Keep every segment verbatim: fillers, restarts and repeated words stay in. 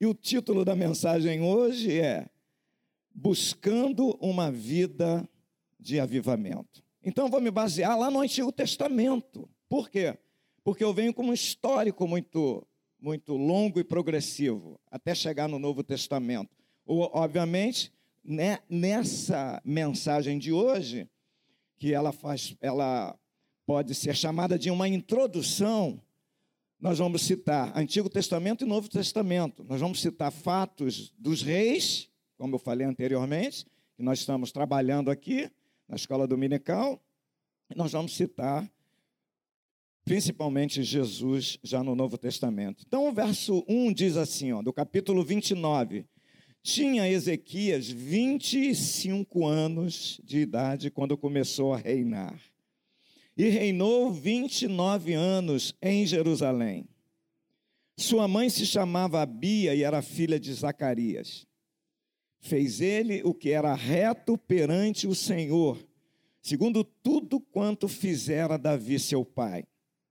E o título da mensagem hoje é Buscando uma Vida de Avivamento. Então, vou me basear lá no Antigo Testamento. Por quê? Porque eu venho com um histórico muito, muito longo e progressivo, até chegar no Novo Testamento. Ou, obviamente, né, nessa mensagem de hoje, que ela, faz, ela pode ser chamada de uma introdução, nós vamos citar Antigo Testamento e Novo Testamento. Nós vamos citar fatos dos reis, como eu falei anteriormente, que nós estamos trabalhando aqui na escola dominical. Nós vamos citar principalmente Jesus já no Novo Testamento. Então o verso um diz assim, ó, do capítulo vinte e nove: tinha Ezequias vinte e cinco anos de idade quando começou a reinar. E reinou vinte e nove anos em Jerusalém. Sua mãe se chamava Abia e era filha de Zacarias. Fez ele o que era reto perante o Senhor, segundo tudo quanto fizera Davi seu pai.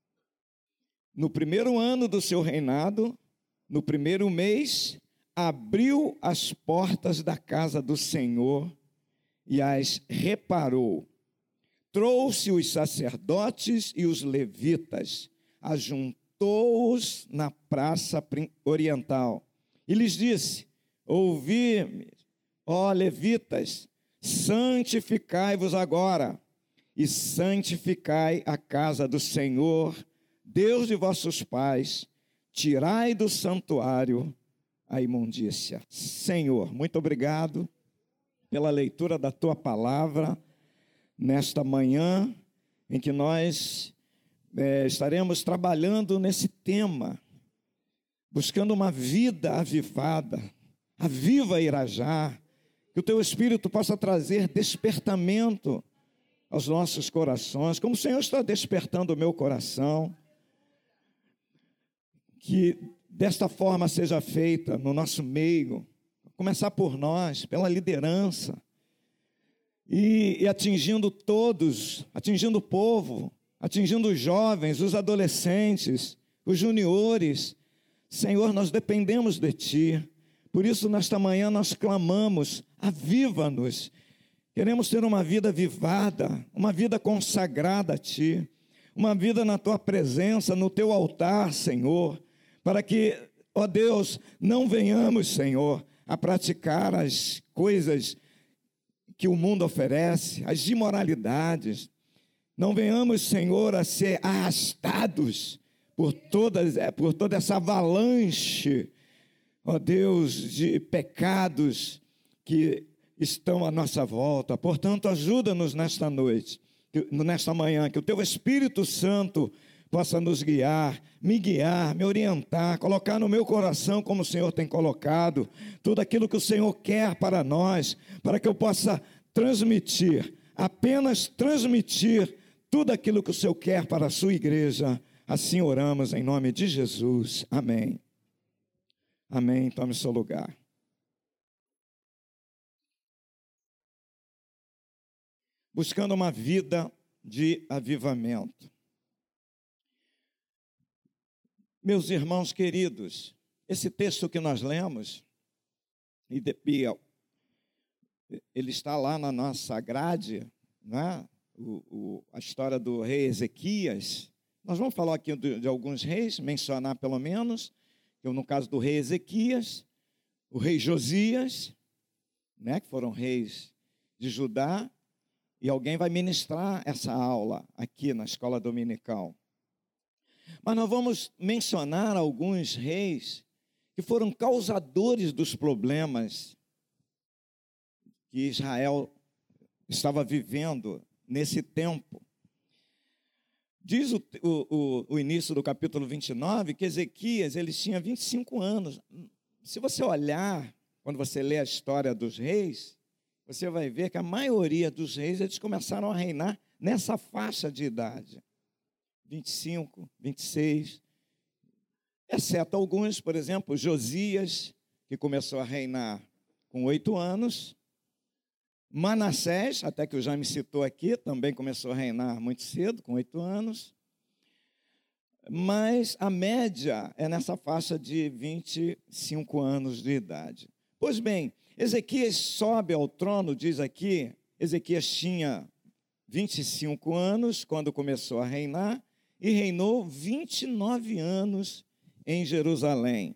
No primeiro ano do seu reinado, no primeiro mês, abriu as portas da casa do Senhor e as reparou. Trouxe os sacerdotes e os levitas, ajuntou-os na praça oriental e lhes disse: ouvi-me, ó levitas, santificai-vos agora e santificai a casa do Senhor, Deus de vossos pais, tirai do santuário a imundícia. Senhor, muito obrigado pela leitura da tua palavra nesta manhã, em que nós é, estaremos trabalhando nesse tema, buscando uma vida avivada. Aviva Irajá, que o teu Espírito possa trazer despertamento aos nossos corações, como o Senhor está despertando o meu coração. Que desta forma seja feita no nosso meio, começar por nós, pela liderança, e, e atingindo todos, atingindo o povo, atingindo os jovens, os adolescentes, os juniores. Senhor, nós dependemos de Ti, por isso nesta manhã nós clamamos: aviva-nos. Queremos ter uma vida avivada, uma vida consagrada a Ti, uma vida na Tua presença, no Teu altar, Senhor, para que, ó Deus, não venhamos, Senhor, a praticar as coisas que o mundo oferece, as imoralidades. Não venhamos, Senhor, a ser arrastados por, todas, por toda essa avalanche, ó Deus, de pecados que estão à nossa volta. Portanto, ajuda-nos nesta noite, nesta manhã, que o Teu Espírito Santo possa nos guiar, me guiar, me orientar, colocar no meu coração, como o Senhor tem colocado, tudo aquilo que o Senhor quer para nós, para que eu possa transmitir, apenas transmitir tudo aquilo que o Senhor quer para a sua igreja. Assim oramos em nome de Jesus. Amém. Amém. Tome seu lugar. Buscando uma vida de avivamento. Meus irmãos queridos, esse texto que nós lemos, ele está lá na nossa grade, né? o, o, a história do rei Ezequias. Nós vamos falar aqui de, de alguns reis, mencionar pelo menos, que no caso do rei Ezequias, o rei Josias, né? que foram reis de Judá, e alguém vai ministrar essa aula aqui na escola dominical. Mas nós vamos mencionar alguns reis que foram causadores dos problemas que Israel estava vivendo nesse tempo. Diz o, o, o início do capítulo vinte e nove que Ezequias ele tinha vinte e cinco anos. Se você olhar, quando você lê a história dos reis, você vai ver que a maioria dos reis eles começaram a reinar nessa faixa de idade. vinte e cinco, vinte e seis, exceto alguns, por exemplo, Josias, que começou a reinar com oito anos, Manassés, até que o Jaime citou aqui, também começou a reinar muito cedo, com oito anos, mas a média é nessa faixa de vinte e cinco anos de idade. Pois bem, Ezequias sobe ao trono, diz aqui, Ezequias tinha vinte e cinco anos quando começou a reinar e reinou vinte e nove anos em Jerusalém.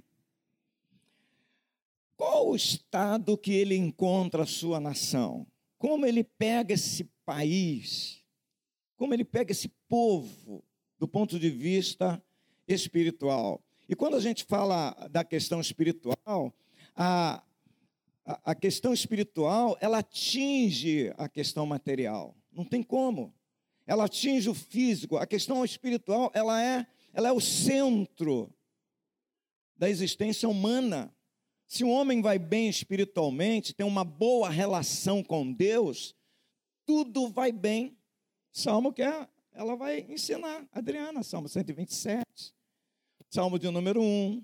Qual o estado que ele encontra a sua nação? Como ele pega esse país? Como ele pega esse povo do ponto de vista espiritual? E quando a gente fala da questão espiritual, a, a, a questão espiritual, ela atinge a questão material. Não tem como. Ela atinge o físico. A questão espiritual, ela é, ela é o centro da existência humana. Se um homem vai bem espiritualmente, tem uma boa relação com Deus, tudo vai bem. Salmo que é, ela vai ensinar, Adriana, Salmo cento e vinte e sete, Salmo de número um.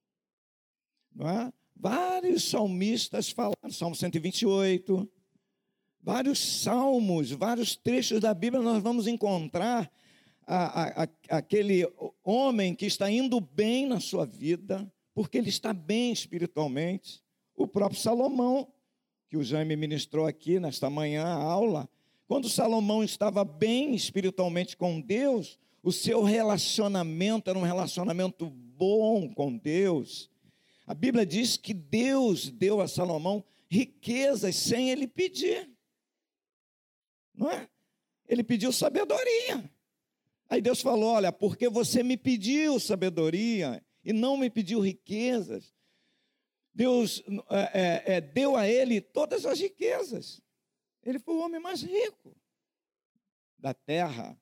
Não é? Vários salmistas falaram, Salmo cento e vinte e oito, vários salmos, vários trechos da Bíblia nós vamos encontrar a, a, a, aquele homem que está indo bem na sua vida, porque ele está bem espiritualmente. O próprio Salomão, que o Jaime ministrou aqui nesta manhã, a aula, quando Salomão estava bem espiritualmente com Deus, o seu relacionamento era um relacionamento bom com Deus. A Bíblia diz que Deus deu a Salomão riquezas sem ele pedir. Não é? Ele pediu sabedoria. Aí Deus falou, olha, porque você me pediu sabedoria e não me pediu riquezas, Deus é, é, deu a ele todas as riquezas. Ele foi o homem mais rico da terra.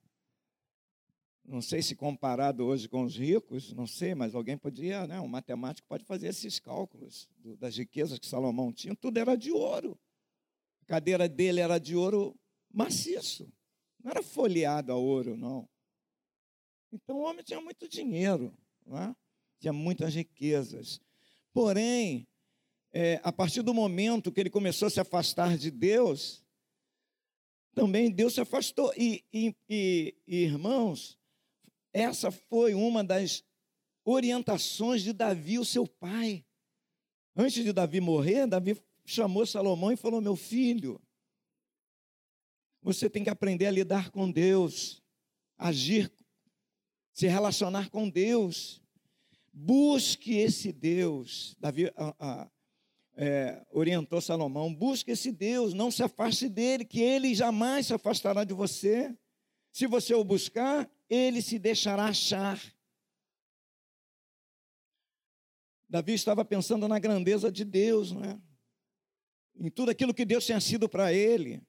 Não sei se comparado hoje com os ricos, não sei, mas alguém podia, né, um matemático pode fazer esses cálculos do, das riquezas que Salomão tinha. Tudo era de ouro. A cadeira dele era de ouro maciço. Não era folheado a ouro, não. Então o homem tinha muito dinheiro, não é? Tinha muitas riquezas. Porém, é, a partir do momento que ele começou a se afastar de Deus, também Deus se afastou. E, e, e, e, irmãos, essa foi uma das orientações de Davi, o seu pai. Antes de Davi morrer, Davi chamou Salomão e falou, meu filho, você tem que aprender a lidar com Deus, agir, se relacionar com Deus. Busque esse Deus. Davi a, a, é, orientou Salomão, busque esse Deus, não se afaste dele, que ele jamais se afastará de você. Se você o buscar, ele se deixará achar. Davi estava pensando na grandeza de Deus, não é? Em tudo aquilo que Deus tinha sido para ele.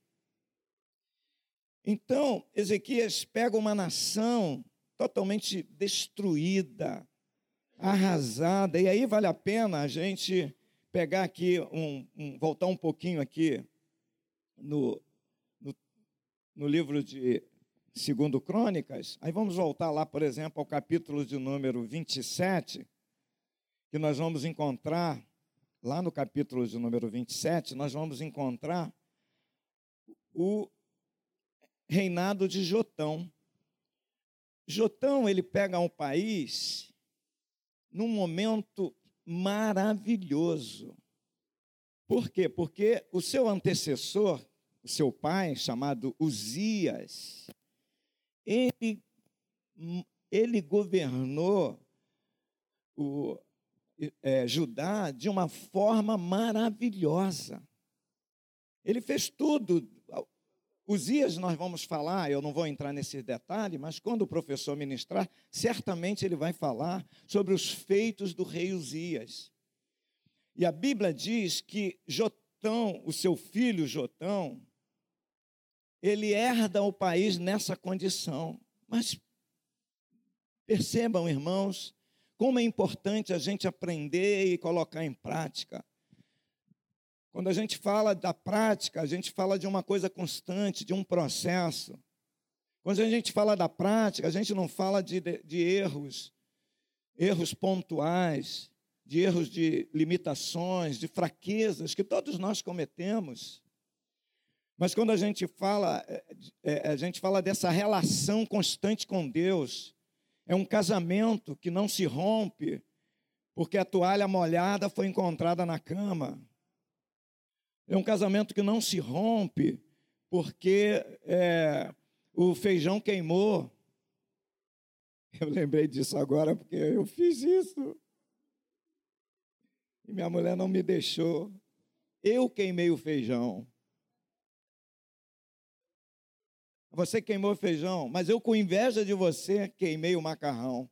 Então, Ezequias pega uma nação totalmente destruída, arrasada, e aí vale a pena a gente pegar aqui, um, um, voltar um pouquinho aqui no, no, no livro de Segundo Crônicas, aí vamos voltar lá, por exemplo, ao capítulo de número vinte e sete, que nós vamos encontrar, lá no capítulo de número vinte e sete, nós vamos encontrar o reinado de Jotão. Jotão, ele pega um país num momento maravilhoso. Por quê? Porque o seu antecessor, o seu pai, chamado Uzias, ele, ele governou o, é, Judá de uma forma maravilhosa. Ele fez tudo. Uzias, nós vamos falar, eu não vou entrar nesse detalhe, mas quando o professor ministrar, certamente ele vai falar sobre os feitos do rei Uzias. E a Bíblia diz que Jotão, o seu filho Jotão, ele herda o país nessa condição. Mas percebam, irmãos, como é importante a gente aprender e colocar em prática. Quando a gente fala da prática, a gente fala de uma coisa constante, de um processo. Quando a gente fala da prática, a gente não fala de, de, de erros, erros pontuais, de erros de limitações, de fraquezas que todos nós cometemos. Mas quando a gente fala, é, a gente fala dessa relação constante com Deus, É um casamento que não se rompe porque a toalha molhada foi encontrada na cama. É um casamento que não se rompe porque é, o feijão queimou. Eu lembrei disso agora porque eu fiz isso. E minha mulher não me deixou. Eu queimei o feijão. Você queimou o feijão, mas eu, com inveja de você, queimei o macarrão.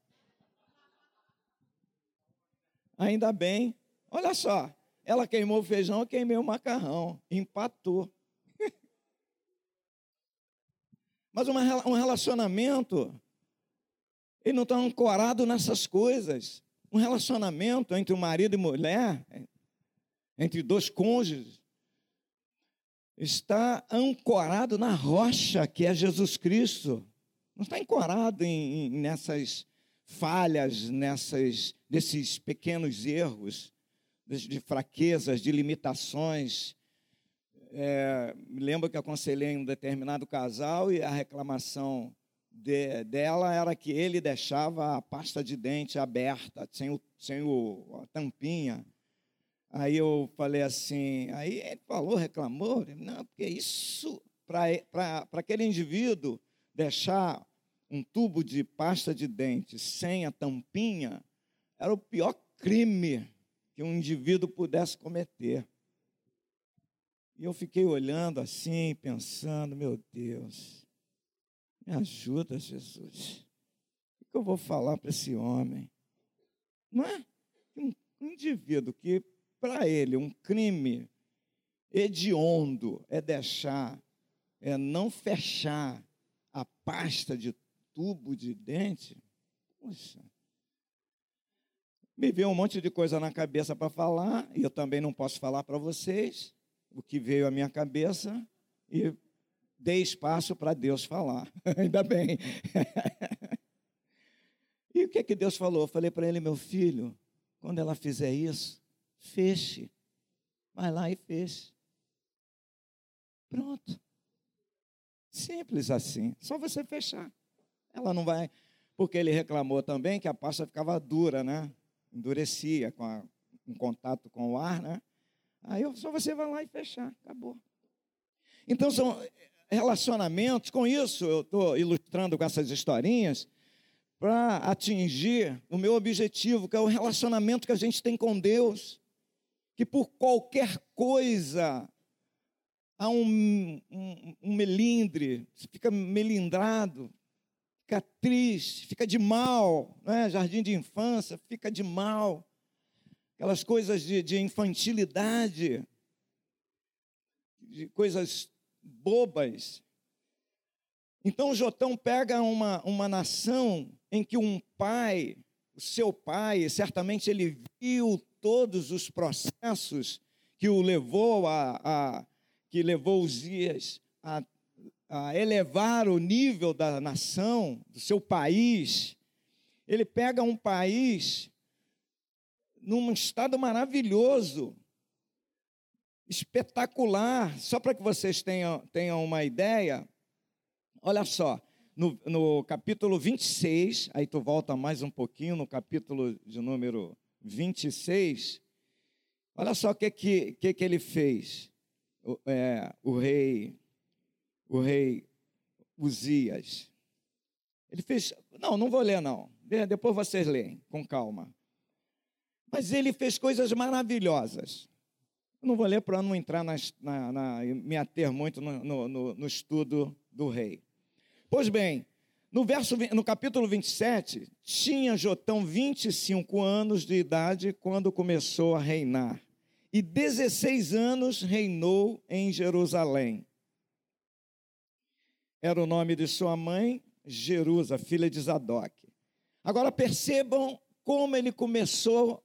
Ainda bem. Olha só, ela queimou o feijão, eu queimei o macarrão. Empatou. Mas uma, um relacionamento, ele não está ancorado nessas coisas. Um relacionamento entre o marido e mulher, entre dois cônjuges, está ancorado na rocha que é Jesus Cristo. Não está ancorado em, em, nessas falhas, nessas, nesses pequenos erros, de, de fraquezas, de limitações. É, me lembro que aconselhei um determinado casal e a reclamação de, dela era que ele deixava a pasta de dente aberta, sem, o, sem o, a tampinha. Aí eu falei assim, aí ele falou, reclamou, não, porque isso, para aquele indivíduo deixar um tubo de pasta de dente sem a tampinha, era o pior crime que um indivíduo pudesse cometer. E eu fiquei olhando assim, pensando, meu Deus, me ajuda, Jesus. O que eu vou falar para esse homem? Não é? Um indivíduo que, para ele, um crime hediondo é deixar, é não fechar a pasta de tubo de dente. Poxa. Me veio um monte de coisa na cabeça para falar, e eu também não posso falar para vocês o que veio à minha cabeça, e dei espaço para Deus falar. Ainda bem. E o que, que Deus falou? Eu falei para ele, meu filho, quando ela fizer isso, feche. Vai lá e feche. Pronto. Simples assim. Só você fechar. Ela não vai... Porque ele reclamou também que a pasta ficava dura, né? Endurecia com a, em contato com o ar, né? Aí só você vai lá e fechar. Acabou. Então, são relacionamentos. Com isso, eu estou ilustrando com essas historinhas para atingir o meu objetivo, que é o relacionamento que a gente tem com Deus. Que por qualquer coisa há um, um, um melindre, fica melindrado, fica triste, fica de mal, né? Jardim de infância, fica de mal. Aquelas coisas de, de infantilidade, de coisas bobas. Então, Jotão pega uma, uma nação em que um pai, o seu pai, certamente ele viu todos os processos que o levou a, a que levou Uzias a, a elevar o nível da nação, do seu país. Ele pega um país num estado maravilhoso, espetacular. Só para que vocês tenham, tenham uma ideia, olha só, no, no capítulo vinte e seis, aí tu volta mais um pouquinho, no capítulo de número vinte e seis, olha só o que, que, que, que ele fez, o, é, o rei, o rei Uzias. Ele fez, não, não vou ler não, depois vocês leem, com calma. Mas ele fez coisas maravilhosas. Eu não vou ler para não entrar nas, na, na, me ater muito no, no, no, no estudo do rei. Pois bem, no, verso, no capítulo vinte e sete, tinha Jotão vinte e cinco anos de idade quando começou a reinar. E dezesseis anos reinou em Jerusalém. Era o nome de sua mãe, Jerusa, filha de Zadok. Agora percebam como ele começou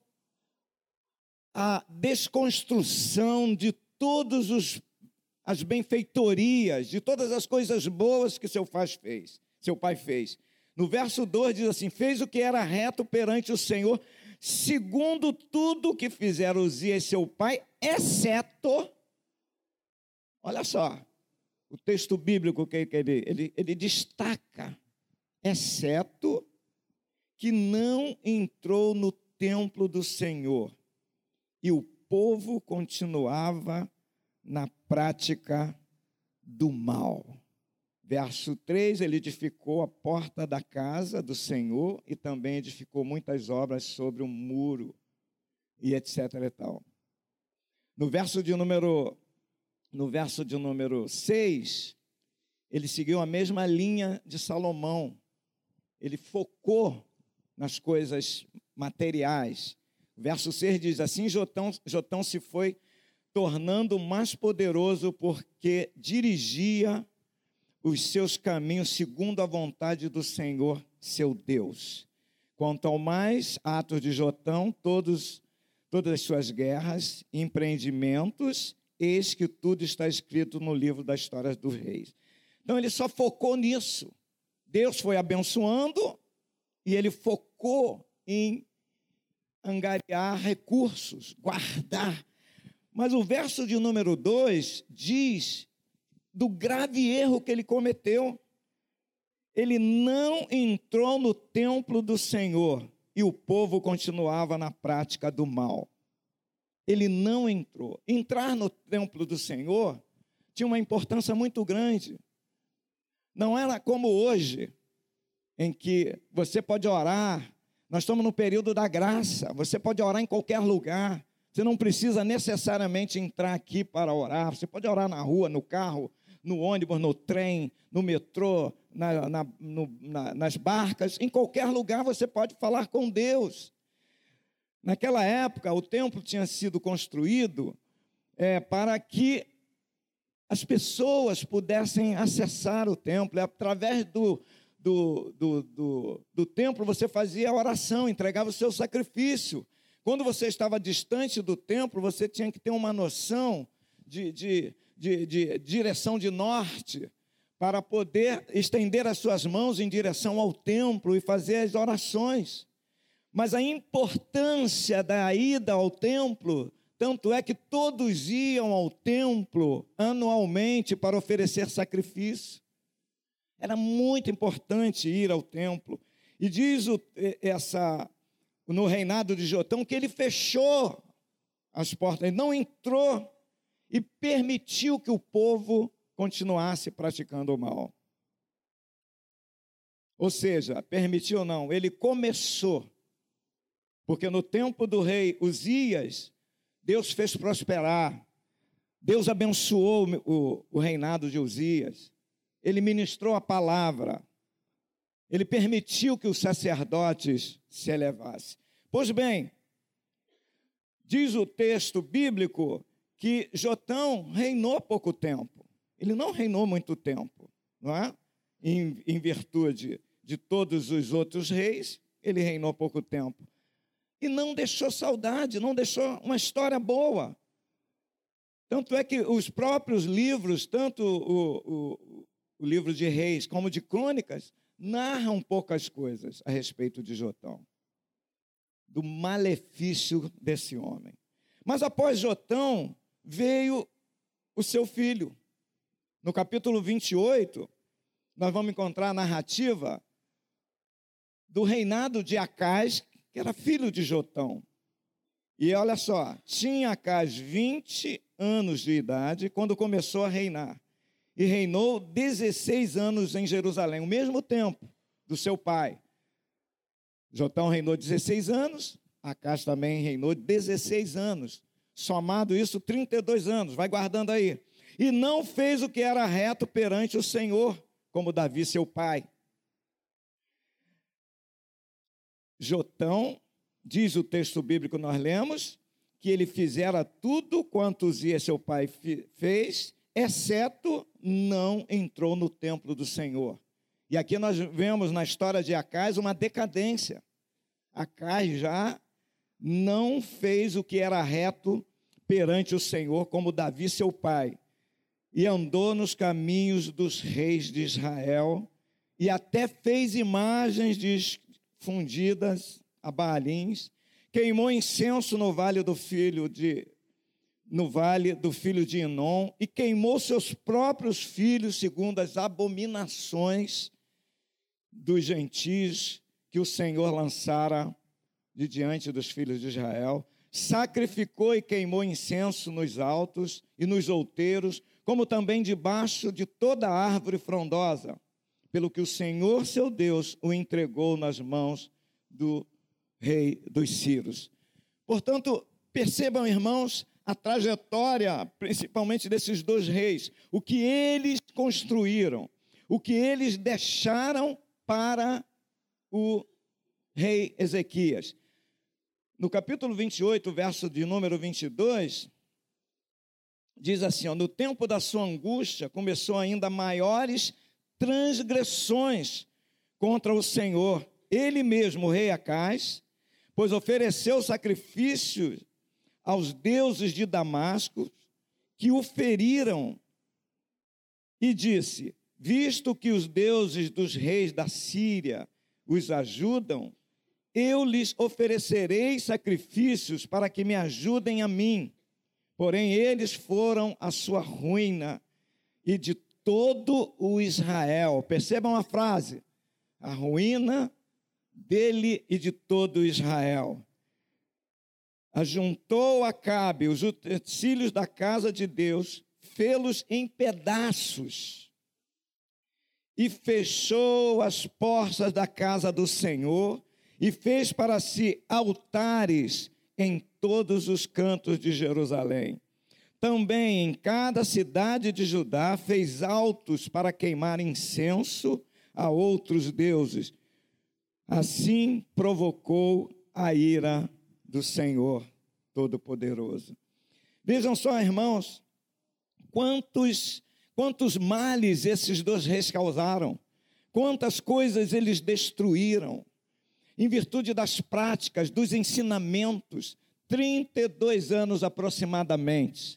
a desconstrução de todas as benfeitorias, de todas as coisas boas que seu pai fez. Seu pai fez. No verso dois diz assim, fez o que era reto perante o Senhor, segundo tudo o que fizeram Uzias seu pai, exceto, olha só, o texto bíblico que ele, ele, ele destaca, exceto que não entrou no templo do Senhor, e o povo continuava na prática do mal. Verso três, ele edificou a porta da casa do Senhor e também edificou muitas obras sobre o muro, e etc e tal. No verso de número, no verso de número seis, ele seguiu a mesma linha de Salomão. Ele focou nas coisas materiais. Verso seis diz assim: Jotão, Jotão se foi tornando mais poderoso porque dirigia os seus caminhos segundo a vontade do Senhor, seu Deus. Quanto ao mais, atos de Jotão, todos, todas as suas guerras e empreendimentos, eis que tudo está escrito no livro das histórias dos reis. Então, ele só focou nisso. Deus foi abençoando e ele focou em angariar recursos, guardar. Mas o verso de número dois diz do grave erro que ele cometeu. Ele não entrou no templo do Senhor e o povo continuava na prática do mal. Ele não entrou. Entrar no templo do Senhor tinha uma importância muito grande. Não era como hoje, em que você pode orar. Nós estamos no período da graça. Você pode orar em qualquer lugar. Você não precisa necessariamente entrar aqui para orar. Você pode orar na rua, no carro, no ônibus, no trem, no metrô, na, na, no, na, nas barcas. Em qualquer lugar você pode falar com Deus. Naquela época, o templo tinha sido construído é, para que as pessoas pudessem acessar o templo. Através do, do, do, do, do templo, você fazia a oração, entregava o seu sacrifício. Quando você estava distante do templo, você tinha que ter uma noção de, de, de, de direção de norte para poder estender as suas mãos em direção ao templo e fazer as orações. Mas a importância da ida ao templo, tanto é que todos iam ao templo anualmente para oferecer sacrifício. Era muito importante ir ao templo. E diz o, essa, no reinado de Jotão que ele fechou as portas, ele não entrou e permitiu que o povo continuasse praticando o mal. Ou seja, permitiu ou não, ele começou. Porque no tempo do rei Uzias, Deus fez prosperar. Deus abençoou o, o reinado de Uzias. Ele ministrou a palavra. Ele permitiu que os sacerdotes se elevassem. Pois bem, diz o texto bíblico que Jotão reinou pouco tempo. Ele não reinou muito tempo, não é? Em, em virtude de todos os outros reis, ele reinou pouco tempo. E não deixou saudade, não deixou uma história boa. Tanto é que os próprios livros, tanto o, o, o livro de Reis como de Crônicas, narram poucas coisas a respeito de Jotão, do malefício desse homem. Mas após Jotão, veio o seu filho. No capítulo vinte e oito, nós vamos encontrar a narrativa do reinado de Acás, que era filho de Jotão. E olha só, tinha Acás vinte anos de idade quando começou a reinar. E reinou dezesseis anos em Jerusalém, o mesmo tempo do seu pai. Jotão reinou dezesseis anos, Acás também reinou dezesseis anos. Somado isso, trinta e dois anos, vai guardando aí. E não fez o que era reto perante o Senhor, como Davi, seu pai. Jotão, diz o texto bíblico que nós lemos, que ele fizera tudo quanto Uzias, seu pai, fez, exceto não entrou no templo do Senhor. E aqui nós vemos na história de Acás uma decadência. Acás já não fez o que era reto perante o Senhor, como Davi, seu pai, e andou nos caminhos dos reis de Israel, e até fez imagens de fundidas a Baalins, queimou incenso no vale do filho de no vale do filho de Inom e queimou seus próprios filhos segundo as abominações dos gentios que o Senhor lançara de diante dos filhos de Israel, sacrificou e queimou incenso nos altos e nos outeiros, como também debaixo de toda árvore frondosa, pelo que o Senhor, seu Deus, o entregou nas mãos do rei dos Sírios. Portanto, percebam, irmãos, a trajetória, principalmente desses dois reis, o que eles construíram, o que eles deixaram para o rei Ezequias. No capítulo vinte e oito, verso de número vinte e dois, diz assim, ó, no tempo da sua angústia, começou ainda maiores transgressões contra o Senhor. Ele mesmo, o rei Acás, pois ofereceu sacrifícios aos deuses de Damasco, que o feriram, e disse, visto que os deuses dos reis da Síria os ajudam, eu lhes oferecerei sacrifícios para que me ajudem a mim. Porém, eles foram a sua ruína e de todo o Israel. Percebam a frase, a ruína dele e de todo o Israel. Ajuntou Acabe os utensílios da casa de Deus, fê-los em pedaços e fechou as portas da casa do Senhor e fez para si altares em todos os cantos de Jerusalém. Também em cada cidade de Judá fez altos para queimar incenso a outros deuses. Assim provocou a ira do Senhor Todo-Poderoso. Vejam só, irmãos, quantos, quantos males esses dois reis causaram, quantas coisas eles destruíram, em virtude das práticas, dos ensinamentos, trinta e dois anos aproximadamente.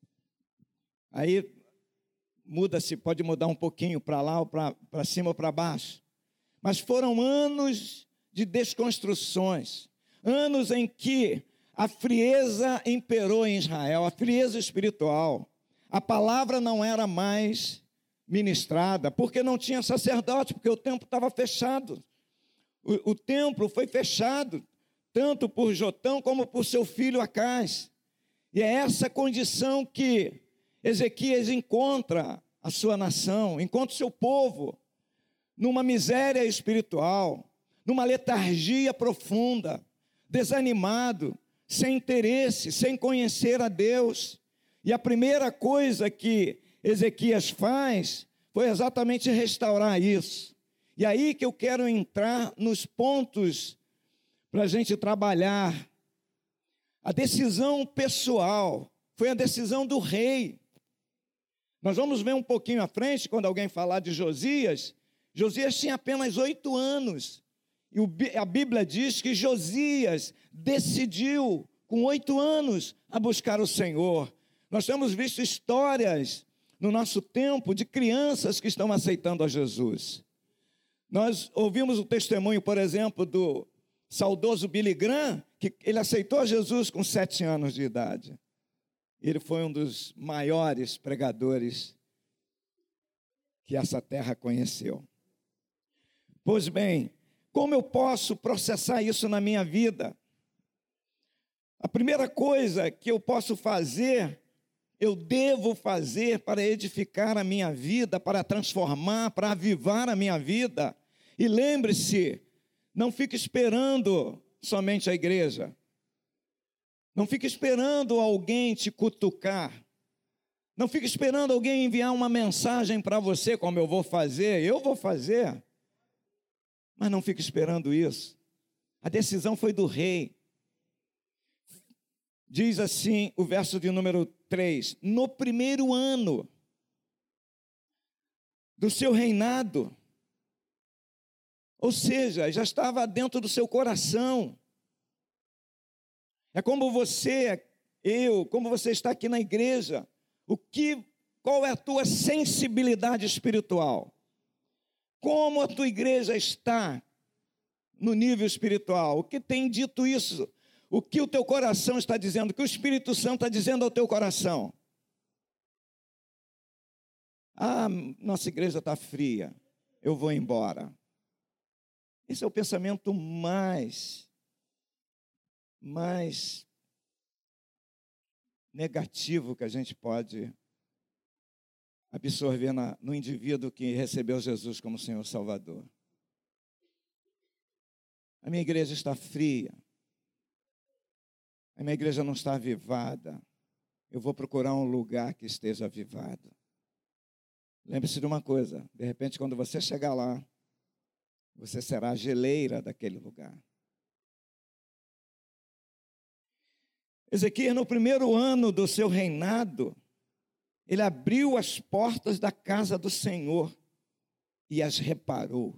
Aí muda-se, pode mudar um pouquinho para lá, ou para cima ou para baixo. Mas foram anos de desconstruções, anos em que a frieza imperou em Israel, a frieza espiritual. A palavra não era mais ministrada, porque não tinha sacerdote, porque o templo estava fechado. O, o templo foi fechado, tanto por Jotão como por seu filho Acás. E é essa condição que Ezequias encontra a sua nação, encontra o seu povo, numa miséria espiritual, numa letargia profunda, desanimado, sem interesse, sem conhecer a Deus. E a primeira coisa que Ezequias faz foi exatamente restaurar isso. E aí que eu quero entrar nos pontos para a gente trabalhar. A decisão pessoal foi a decisão do rei. Nós vamos ver um pouquinho à frente, quando alguém falar de Josias. Josias tinha apenas oito anos. E a Bíblia diz que Josias decidiu, com oito anos, a buscar o Senhor. Nós temos visto histórias no nosso tempo de crianças que estão aceitando a Jesus. Nós ouvimos o testemunho, por exemplo, do saudoso Billy Graham, que ele aceitou a Jesus com sete anos de idade. Ele foi um dos maiores pregadores que essa terra conheceu. Pois bem, como eu posso processar isso na minha vida? A primeira coisa que eu posso fazer, eu devo fazer para edificar a minha vida, para transformar, para avivar a minha vida. E lembre-se, não fique esperando somente a igreja. Não fique esperando alguém te cutucar. Não fique esperando alguém enviar uma mensagem para você, como eu vou fazer. Eu vou fazer. Mas não fique esperando isso. A decisão foi do rei. Diz assim o verso de número três. No primeiro ano do seu reinado, ou seja, já estava dentro do seu coração. É como você, eu, como você está aqui na igreja. O que, qual é a tua sensibilidade espiritual? Como a tua igreja está no nível espiritual? O que tem dito isso? O que o teu coração está dizendo? O que o Espírito Santo está dizendo ao teu coração? Ah, nossa igreja está fria, eu vou embora. Esse é o pensamento mais, mais negativo que a gente pode absorver na, no indivíduo que recebeu Jesus como Senhor Salvador. A minha igreja está fria. A minha igreja não está avivada. Eu vou procurar um lugar que esteja avivado. Lembre-se de uma coisa, de repente quando você chegar lá, você será a geleira daquele lugar. Ezequias, no primeiro ano do seu reinado, ele abriu as portas da casa do Senhor e as reparou.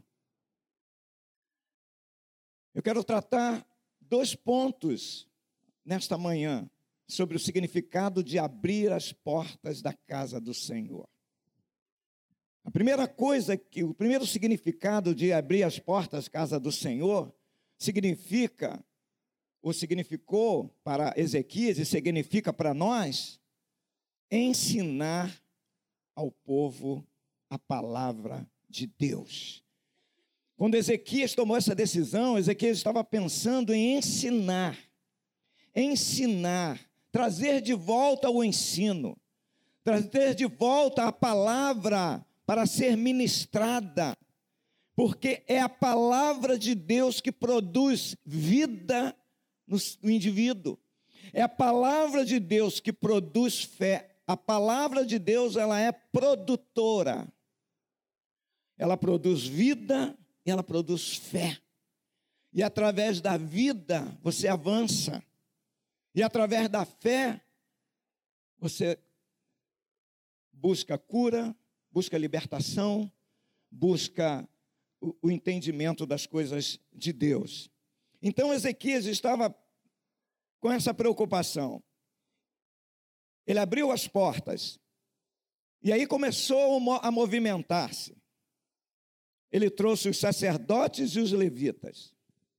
Eu quero tratar dois pontos nesta manhã sobre o significado de abrir as portas da casa do Senhor. A primeira coisa, que o primeiro significado de abrir as portas da casa do Senhor significa, ou significou para Ezequias e significa para nós, ensinar ao povo a palavra de Deus. Quando Ezequias tomou essa decisão, Ezequias estava pensando em ensinar, ensinar, trazer de volta o ensino, trazer de volta a palavra para ser ministrada, porque é a palavra de Deus que produz vida no, no indivíduo. É a palavra de Deus que produz fé. A palavra de Deus, ela é produtora. Ela produz vida e ela produz fé. E através da vida, você avança. E através da fé, você busca cura, busca libertação, busca o, o entendimento das coisas de Deus. Então, Ezequias estava com essa preocupação. Ele abriu as portas e aí começou a movimentar-se. Ele trouxe os sacerdotes e os levitas.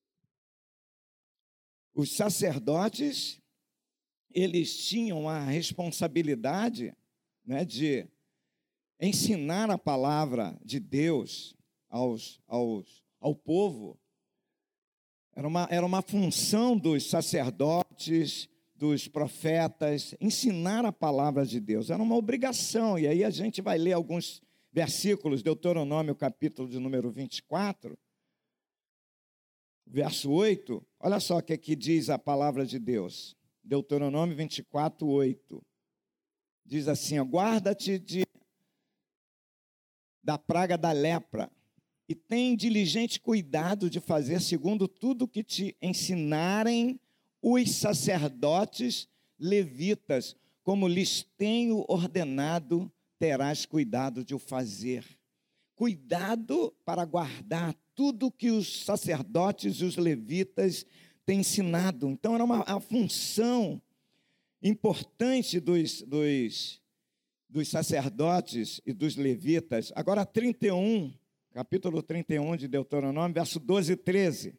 Os sacerdotes, eles tinham a responsabilidade, né, de ensinar a palavra de Deus aos, aos, ao povo. Era uma, era uma função dos sacerdotes, dos profetas, ensinar a palavra de Deus. Era uma obrigação. E aí a gente vai ler alguns versículos, Deuteronômio, capítulo de número vinte e quatro, verso oito. Olha só o que aqui diz a palavra de Deus. Deuteronômio vinte e quatro, oito. Diz assim: guarda-te de, da praga da lepra, e tem diligente cuidado de fazer segundo tudo que te ensinarem os sacerdotes levitas, como lhes tenho ordenado, terás cuidado de o fazer. Cuidado para guardar tudo que os sacerdotes e os levitas têm ensinado. Então, era uma a função importante dos, dos, dos sacerdotes e dos levitas. Agora, trinta e um, capítulo trinta e um de Deuteronômio, verso doze e treze.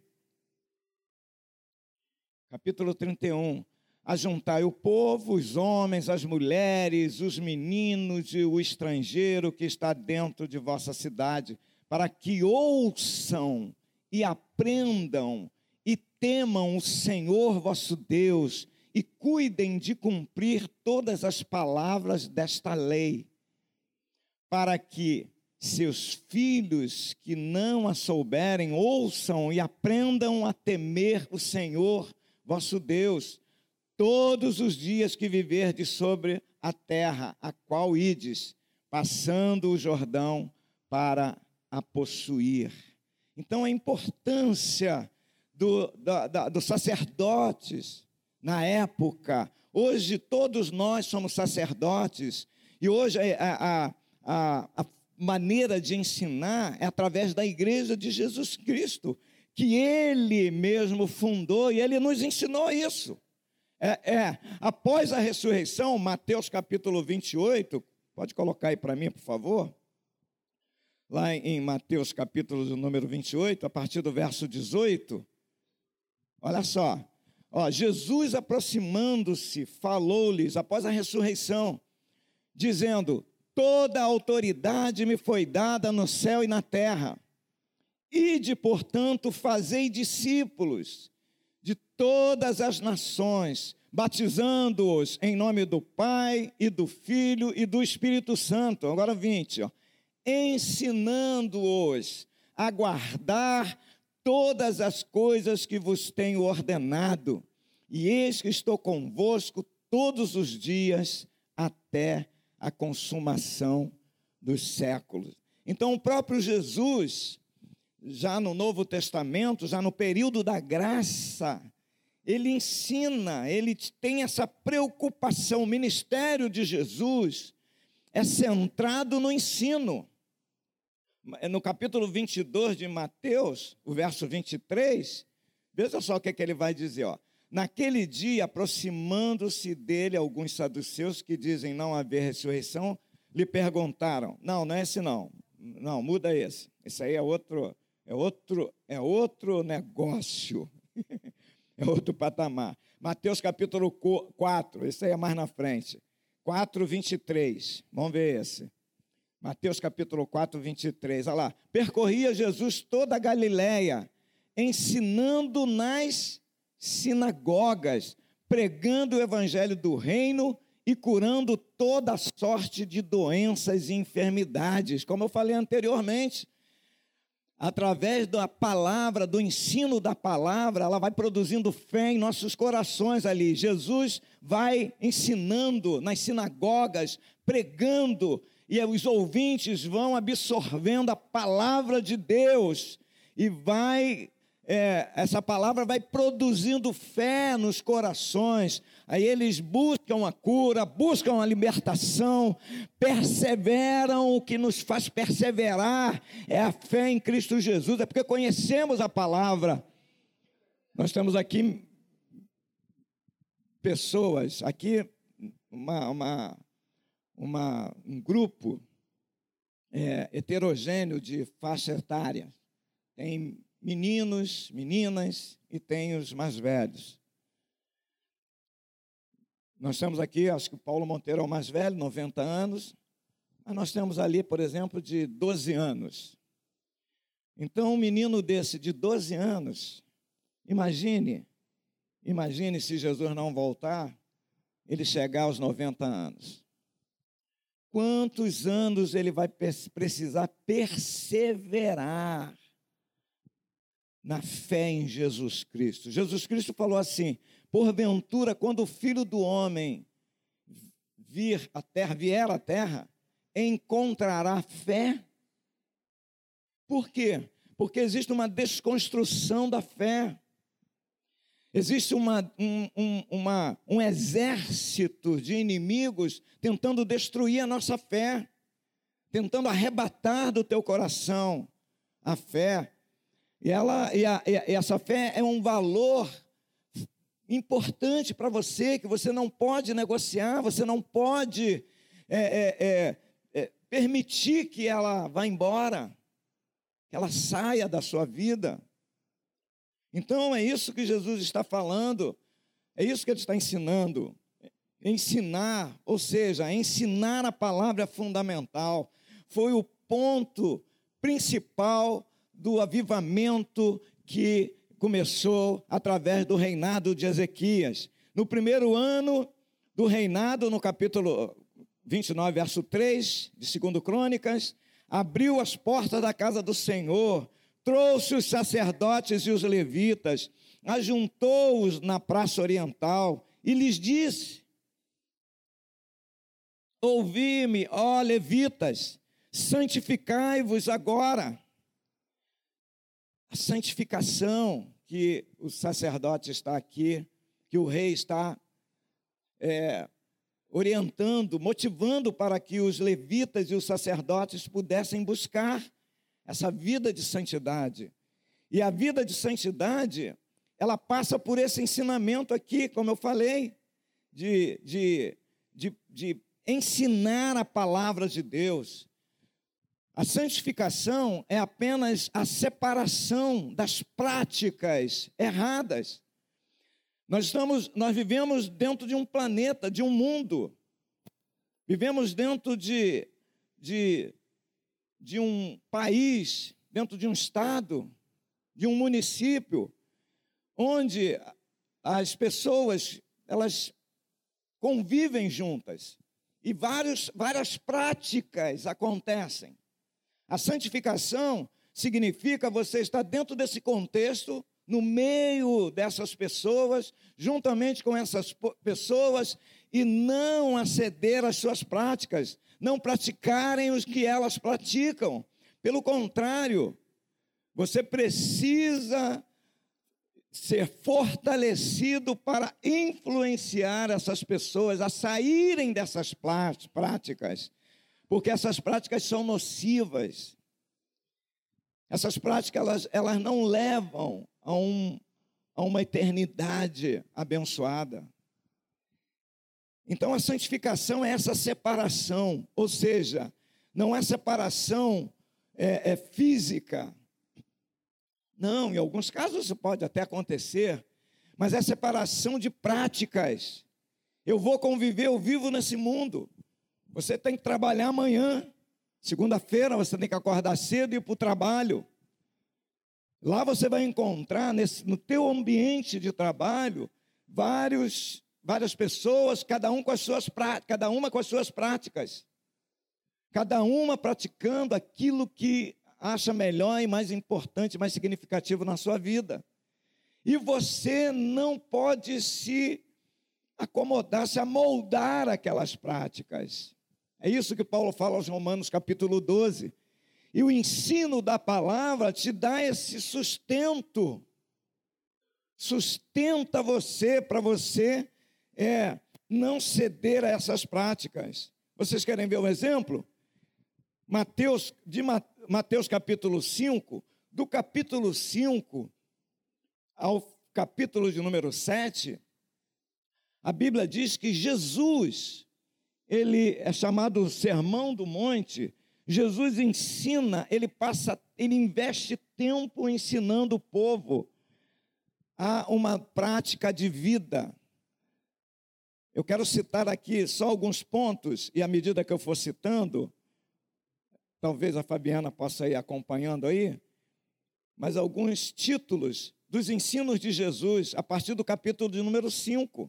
Capítulo trinta e um. Ajuntai o povo, os homens, as mulheres, os meninos e o estrangeiro que está dentro de vossa cidade, para que ouçam e aprendam e temam o Senhor vosso Deus e cuidem de cumprir todas as palavras desta lei, para que seus filhos que não a souberem ouçam e aprendam a temer o Senhor vosso Deus todos os dias que viverdes sobre a terra, a qual ides, passando o Jordão para a possuir. Então, a importância do, da, da, dos sacerdotes na época. Hoje, todos nós somos sacerdotes, e hoje a, a, a, a maneira de ensinar é através da igreja de Jesus Cristo, que Ele mesmo fundou, e Ele nos ensinou isso. É, é, após a ressurreição, Mateus capítulo vinte e oito, pode colocar aí para mim, por favor? Lá em Mateus capítulo número vinte e oito, a partir do verso dezoito, olha só, ó, Jesus aproximando-se, falou-lhes, após a ressurreição, dizendo: toda a autoridade me foi dada no céu e na terra. Ide, portanto, fazei discípulos de todas as nações, batizando-os em nome do Pai e do Filho e do Espírito Santo. Agora vinte, ó. Ensinando-os a guardar todas as coisas que vos tenho ordenado. E eis que estou convosco todos os dias até a consumação dos séculos. Então, o próprio Jesus, já no Novo Testamento, já no período da graça, ele ensina, ele tem essa preocupação. O ministério de Jesus é centrado no ensino. No capítulo vinte e dois de Mateus, o verso vinte e três, veja só o que, é que ele vai dizer, ó. Naquele dia, aproximando-se dele alguns saduceus que dizem não haver ressurreição, lhe perguntaram, não, não é esse não, não, muda esse, esse aí é outro, é outro, é outro negócio, é outro patamar. Mateus capítulo quatro, esse aí é mais na frente, quatro, vinte e três, vamos ver esse. Mateus capítulo quatro, vinte e três, olha lá. Percorria Jesus toda a Galileia, ensinando nas sinagogas, pregando o evangelho do reino e curando toda sorte de doenças e enfermidades. Como eu falei anteriormente, através da palavra, do ensino da palavra, ela vai produzindo fé em nossos corações ali. Jesus vai ensinando nas sinagogas, pregando, e os ouvintes vão absorvendo a palavra de Deus, e vai, é, essa palavra vai produzindo fé nos corações, aí eles buscam a cura, buscam a libertação, perseveram. O que nos faz perseverar é a fé em Cristo Jesus, é porque conhecemos a palavra. Nós temos aqui pessoas, aqui uma... uma Uma, um grupo é, heterogêneo de faixa etária. Tem meninos, meninas e tem os mais velhos. Nós temos aqui, acho que o Paulo Monteiro é o mais velho, noventa anos, mas nós temos ali, por exemplo, de doze anos. Então, um menino desse de doze anos, imagine, imagine se Jesus não voltar, ele chegar aos noventa anos. Quantos anos ele vai precisar perseverar na fé em Jesus Cristo? Jesus Cristo falou assim: porventura, quando o Filho do Homem vir à terra, vier à terra, encontrará fé? Por quê? Porque existe uma desconstrução da fé. Existe uma, um, um, uma, um exército de inimigos tentando destruir a nossa fé, tentando arrebatar do teu coração a fé. E, ela, e, a, e essa fé é um valor importante para você, que você não pode negociar, você não pode é, é, é, é, permitir que ela vá embora, que ela saia da sua vida. Então, é isso que Jesus está falando, é isso que ele está ensinando. Ensinar, ou seja, ensinar a palavra é fundamental. Foi o ponto principal do avivamento que começou através do reinado de Ezequias. No primeiro ano do reinado, no capítulo vinte e nove, verso três, de Segunda Crônicas, abriu as portas da casa do Senhor, trouxe os sacerdotes e os levitas, ajuntou-os na praça oriental e lhes disse: ouvi-me, ó levitas, santificai-vos agora. A santificação que o sacerdote está aqui, que o rei está é, orientando, motivando para que os levitas e os sacerdotes pudessem buscar essa vida de santidade. E a vida de santidade, ela passa por esse ensinamento aqui, como eu falei, de, de, de, de ensinar a palavra de Deus. A santificação é apenas a separação das práticas erradas. Nós, estamos, nós vivemos dentro de um planeta, de um mundo. Vivemos dentro de... de de um país, dentro de um estado, de um município, onde as pessoas, elas convivem juntas e vários, várias práticas acontecem. A santificação significa você estar dentro desse contexto, no meio dessas pessoas, juntamente com essas pessoas, e não aceder às suas práticas, não praticarem os que elas praticam. Pelo contrário, você precisa ser fortalecido para influenciar essas pessoas a saírem dessas práticas, porque essas práticas são nocivas. Essas práticas, elas, elas não levam a, um, a uma eternidade abençoada. Então, a santificação é essa separação, ou seja, não é separação é, é física. Não, em alguns casos isso pode até acontecer, mas é separação de práticas. Eu vou conviver, eu vivo nesse mundo. Você tem que trabalhar amanhã. Segunda-feira você tem que acordar cedo e ir para o trabalho. Lá você vai encontrar, nesse, no teu ambiente de trabalho, vários, várias pessoas, cada, um com as suas, cada uma com as suas práticas. Cada uma praticando aquilo que acha melhor e mais importante, mais significativo na sua vida. E você não pode se acomodar, se amoldar aquelas práticas. É isso que Paulo fala aos Romanos, capítulo doze. E o ensino da palavra te dá esse sustento. Sustenta você, para você é, não ceder a essas práticas. Vocês querem ver um exemplo? Mateus, de Mateus capítulo cinco, do capítulo cinco ao capítulo de número sete, a Bíblia diz que Jesus, ele é chamado Sermão do Monte. Jesus ensina, ele passa, ele investe tempo ensinando o povo a uma prática de vida. Eu quero citar aqui só alguns pontos, e à medida que eu for citando, talvez a Fabiana possa ir acompanhando aí, mas alguns títulos dos ensinos de Jesus, a partir do capítulo de número cinco.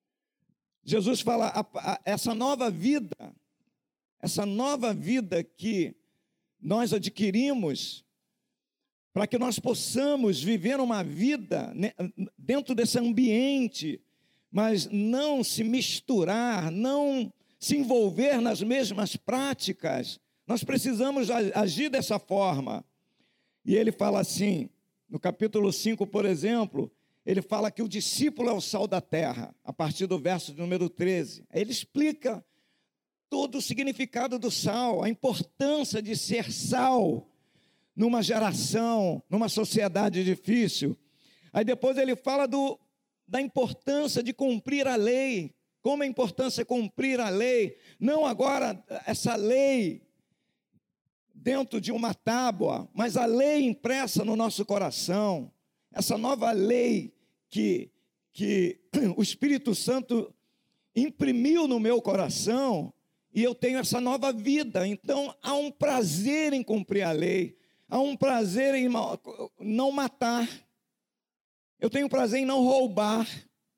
Jesus fala, a, a, essa nova vida, essa nova vida que nós adquirimos, para que nós possamos viver uma vida né, dentro desse ambiente, mas não se misturar, não se envolver nas mesmas práticas. Nós precisamos agir dessa forma. E ele fala assim, no capítulo cinco, por exemplo, ele fala que o discípulo é o sal da terra, a partir do verso de número treze. Ele explica todo o significado do sal, a importância de ser sal numa geração, numa sociedade difícil. Aí depois ele fala do, da importância de cumprir a lei, como é importância cumprir a lei, não agora essa lei dentro de uma tábua, mas a lei impressa no nosso coração, essa nova lei que, que o Espírito Santo imprimiu no meu coração, e eu tenho essa nova vida. Então há um prazer em cumprir a lei, há um prazer em não matar, eu tenho prazer em não roubar,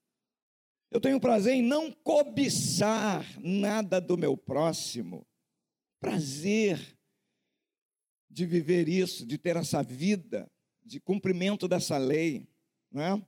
eu tenho prazer em não cobiçar nada do meu próximo. Prazer de viver isso, de ter essa vida, de cumprimento dessa lei, não é?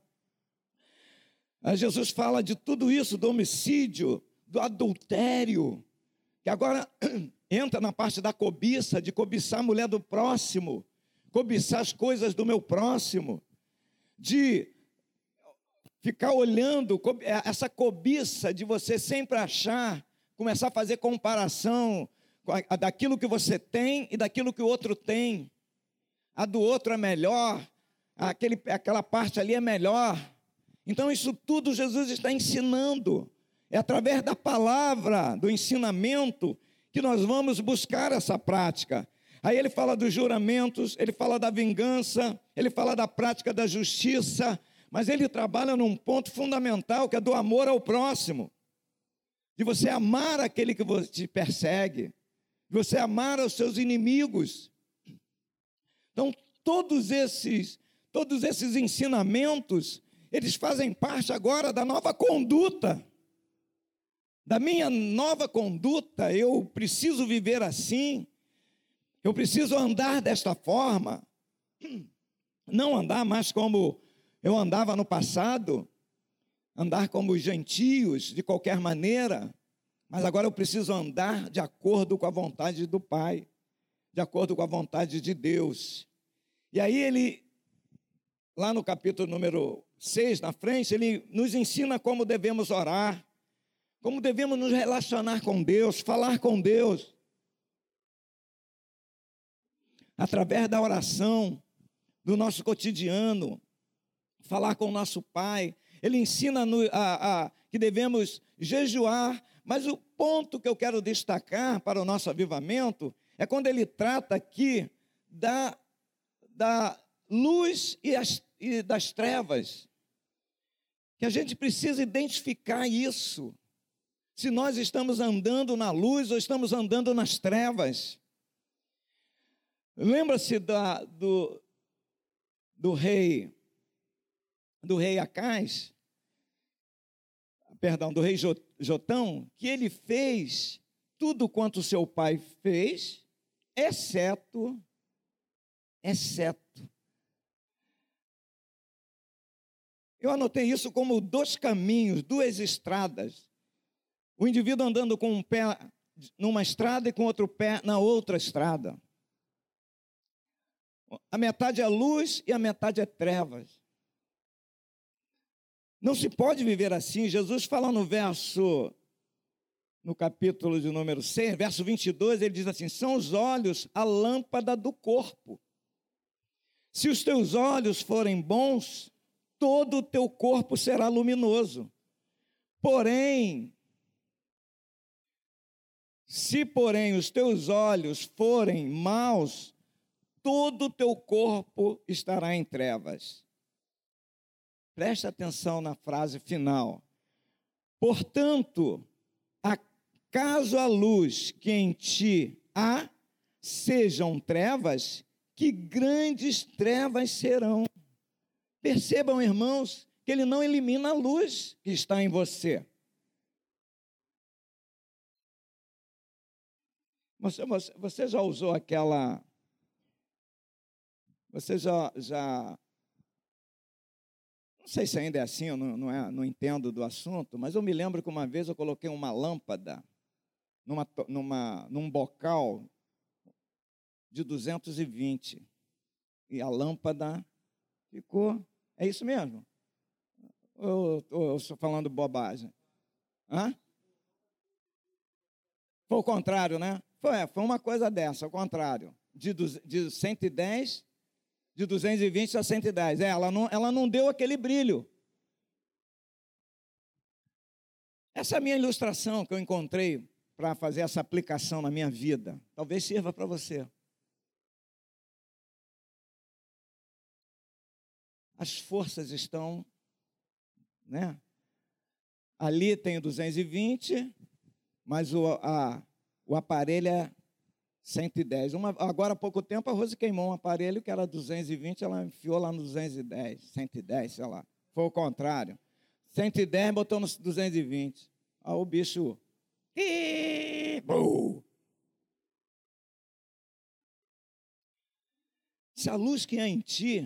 Aí Jesus fala de tudo isso, do homicídio, do adultério, que agora entra na parte da cobiça, de cobiçar a mulher do próximo, cobiçar as coisas do meu próximo, de ficar olhando, essa cobiça de você sempre achar, começar a fazer comparação daquilo que você tem e daquilo que o outro tem. A do outro é melhor, aquele, aquela parte ali é melhor. Então isso tudo Jesus está ensinando. É através da palavra, do ensinamento, que nós vamos buscar essa prática. Aí ele fala dos juramentos, ele fala da vingança, ele fala da prática da justiça, mas ele trabalha num ponto fundamental, que é do amor ao próximo, de você amar aquele que te persegue, de você amar os seus inimigos. Então, todos esses, todos esses ensinamentos, eles fazem parte agora da nova conduta. Da minha nova conduta, eu preciso viver assim, eu preciso andar desta forma, não andar mais como eu andava no passado, andar como os gentios, de qualquer maneira, mas agora eu preciso andar de acordo com a vontade do Pai, de acordo com a vontade de Deus. E aí ele, lá no capítulo número seis, na frente, ele nos ensina como devemos orar, como devemos nos relacionar com Deus, falar com Deus. Através da oração, do nosso cotidiano, falar com o nosso Pai. Ele ensina no, a, a, que devemos jejuar, mas o ponto que eu quero destacar para o nosso avivamento é quando ele trata aqui da, da luz e, as, e das trevas, que a gente precisa identificar isso, se nós estamos andando na luz ou estamos andando nas trevas. Lembra-se da, do, do rei, do rei Acais, perdão, do rei Jotão, que ele fez tudo quanto seu pai fez, exceto, exceto. Eu anotei isso como dois caminhos, duas estradas. O indivíduo andando com um pé numa estrada e com outro pé na outra estrada. A metade é luz e a metade é trevas. Não se pode viver assim. Jesus fala no verso, no capítulo de número seis, verso vinte e dois, ele diz assim: são os olhos a lâmpada do corpo. Se os teus olhos forem bons, todo o teu corpo será luminoso. Porém, se porém os teus olhos forem maus, todo o teu corpo estará em trevas. Preste atenção na frase final. Portanto, acaso a luz que em ti há sejam trevas, que grandes trevas serão. Percebam, irmãos, que ele não elimina a luz que está em você. Você, você, você já usou aquela... Você já... já não sei se ainda é assim, eu não, não, é, não entendo do assunto, mas eu me lembro que uma vez eu coloquei uma lâmpada numa, numa, num bocal de duzentos e vinte. E a lâmpada ficou... É isso mesmo? Ou eu estou falando bobagem? Hã? Foi o contrário, né? Foi, foi uma coisa dessa, o contrário. De, de cento e dez, de duzentos e vinte a cento e dez. É, ela, não, ela não deu aquele brilho. Essa é a minha ilustração que eu encontrei para fazer essa aplicação na minha vida. Talvez sirva para você. As forças estão, né? Ali tem o duzentos e vinte, mas o, a, o aparelho é cento e dez. Uma, agora há pouco tempo a Rose queimou um aparelho que era duzentos e vinte, ela enfiou lá no duzentos e dez, cento e dez, sei lá. Foi o contrário. cento e dez botou no duzentos e vinte. Aí o bicho... Se a luz que há em ti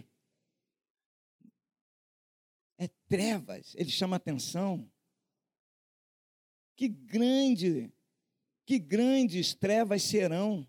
é trevas, ele chama atenção. Que grande, que grandes trevas serão.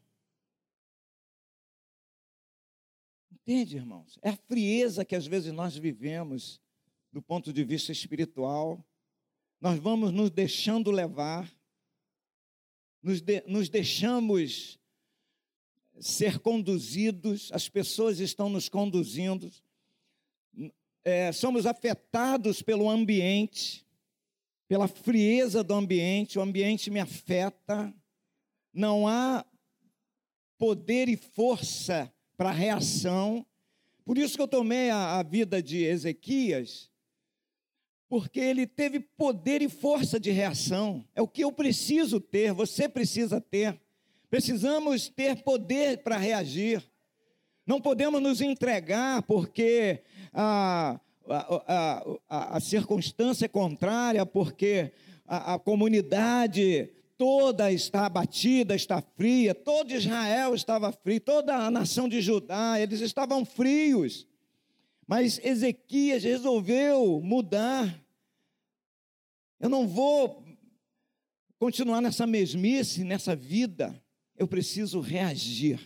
Entende, irmãos? É a frieza que às vezes nós vivemos do ponto de vista espiritual. Nós vamos nos deixando levar, nos, de, nos deixamos ser conduzidos, as pessoas estão nos conduzindo. É, somos afetados pelo ambiente, pela frieza do ambiente, o ambiente me afeta, não há poder e força para reação. Por isso que eu tomei a, a vida de Ezequias, porque ele teve poder e força de reação. É o que eu preciso ter, você precisa ter. Precisamos ter poder para reagir. Não podemos nos entregar porque a, a, a, a, a circunstância é contrária, porque a, a comunidade toda está abatida, está fria, todo Israel estava frio, toda a nação de Judá, eles estavam frios. Mas Ezequias resolveu mudar. Eu não vou continuar nessa mesmice, nessa vida. Eu preciso reagir.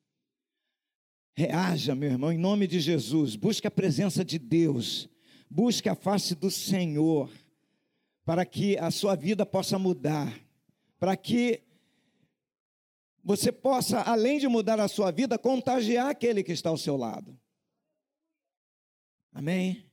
Reaja, meu irmão, em nome de Jesus. Busque a presença de Deus. Busque a face do Senhor, para que a sua vida possa mudar. Para que você possa, além de mudar a sua vida, contagiar aquele que está ao seu lado. Amém?